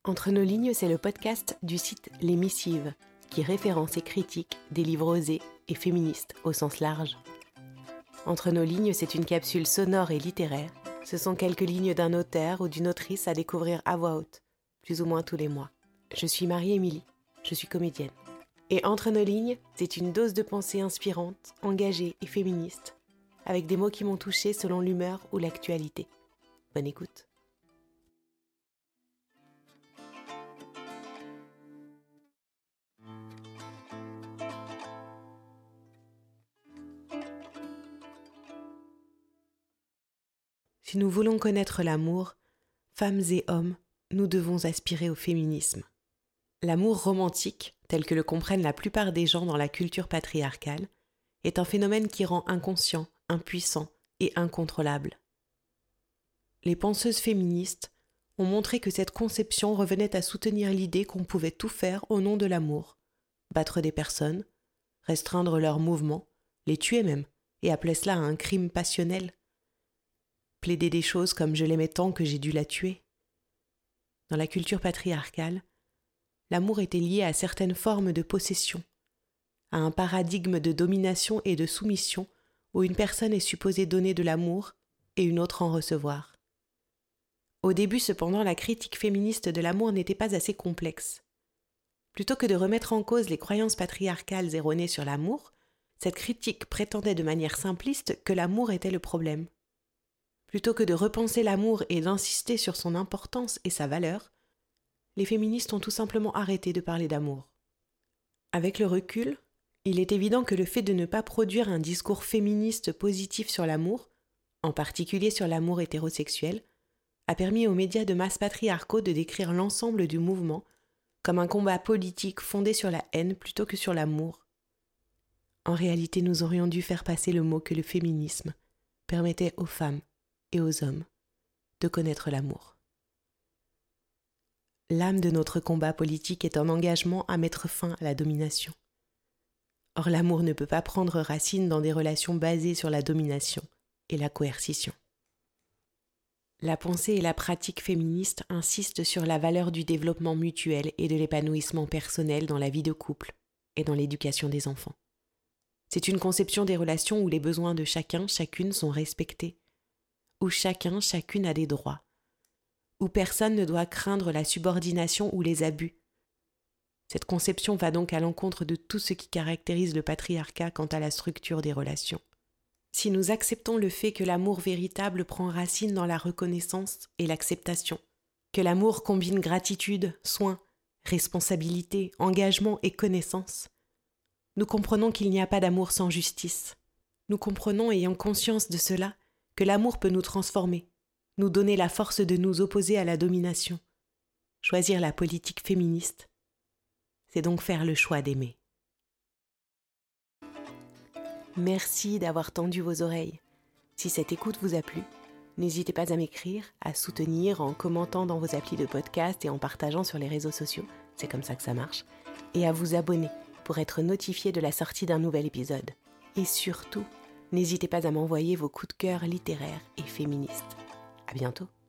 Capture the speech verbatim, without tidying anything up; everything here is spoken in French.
Entre nos lignes, c'est le podcast du site Les Missives, qui référence et critique des livres osés et féministes au sens large. Entre nos lignes, c'est une capsule sonore et littéraire. Ce sont quelques lignes d'un auteur ou d'une autrice à découvrir à voix haute, plus ou moins tous les mois. Je suis Marie-Émilie, je suis comédienne. Et Entre nos lignes, c'est une dose de pensée inspirante, engagée et féministe, avec des mots qui m'ont touchée selon l'humeur ou l'actualité. Bonne écoute. Si nous voulons connaître l'amour, femmes et hommes, nous devons aspirer au féminisme. L'amour romantique, tel que le comprennent la plupart des gens dans la culture patriarcale, est un phénomène qui rend inconscient, impuissant et incontrôlable. Les penseuses féministes ont montré que cette conception revenait à soutenir l'idée qu'on pouvait tout faire au nom de l'amour, battre des personnes, restreindre leurs mouvements, les tuer même, et appeler cela un crime passionnel. Plaider des choses comme « je l'aimais tant que j'ai dû la tuer ». Dans la culture patriarcale, l'amour était lié à certaines formes de possession, à un paradigme de domination et de soumission où une personne est supposée donner de l'amour et une autre en recevoir. Au début, cependant, la critique féministe de l'amour n'était pas assez complexe. Plutôt que de remettre en cause les croyances patriarcales erronées sur l'amour, cette critique prétendait de manière simpliste que l'amour était le problème. Plutôt que de repenser l'amour et d'insister sur son importance et sa valeur, les féministes ont tout simplement arrêté de parler d'amour. Avec le recul, il est évident que le fait de ne pas produire un discours féministe positif sur l'amour, en particulier sur l'amour hétérosexuel, a permis aux médias de masse patriarcaux de décrire l'ensemble du mouvement comme un combat politique fondé sur la haine plutôt que sur l'amour. En réalité, nous aurions dû faire passer le mot que le féminisme permettait aux femmes et aux hommes de connaître l'amour. L'âme de notre combat politique est un engagement à mettre fin à la domination. Or, l'amour ne peut pas prendre racine dans des relations basées sur la domination et la coercition. La pensée et la pratique féministe insistent sur la valeur du développement mutuel et de l'épanouissement personnel dans la vie de couple et dans l'éducation des enfants. C'est une conception des relations où les besoins de chacun, chacune sont respectés, où chacun, chacune a des droits, où personne ne doit craindre la subordination ou les abus. Cette conception va donc à l'encontre de tout ce qui caractérise le patriarcat quant à la structure des relations. Si nous acceptons le fait que l'amour véritable prend racine dans la reconnaissance et l'acceptation, que l'amour combine gratitude, soin, responsabilité, engagement et connaissance, nous comprenons qu'il n'y a pas d'amour sans justice. Nous comprenons, ayant conscience de cela, que l'amour peut nous transformer, nous donner la force de nous opposer à la domination. Choisir la politique féministe, c'est donc faire le choix d'aimer. Merci d'avoir tendu vos oreilles. Si cette écoute vous a plu, n'hésitez pas à m'écrire, à soutenir en commentant dans vos applis de podcast et en partageant sur les réseaux sociaux, c'est comme ça que ça marche, et à vous abonner pour être notifié de la sortie d'un nouvel épisode. Et surtout, n'hésitez pas à m'envoyer vos coups de cœur littéraires et féministes. À bientôt.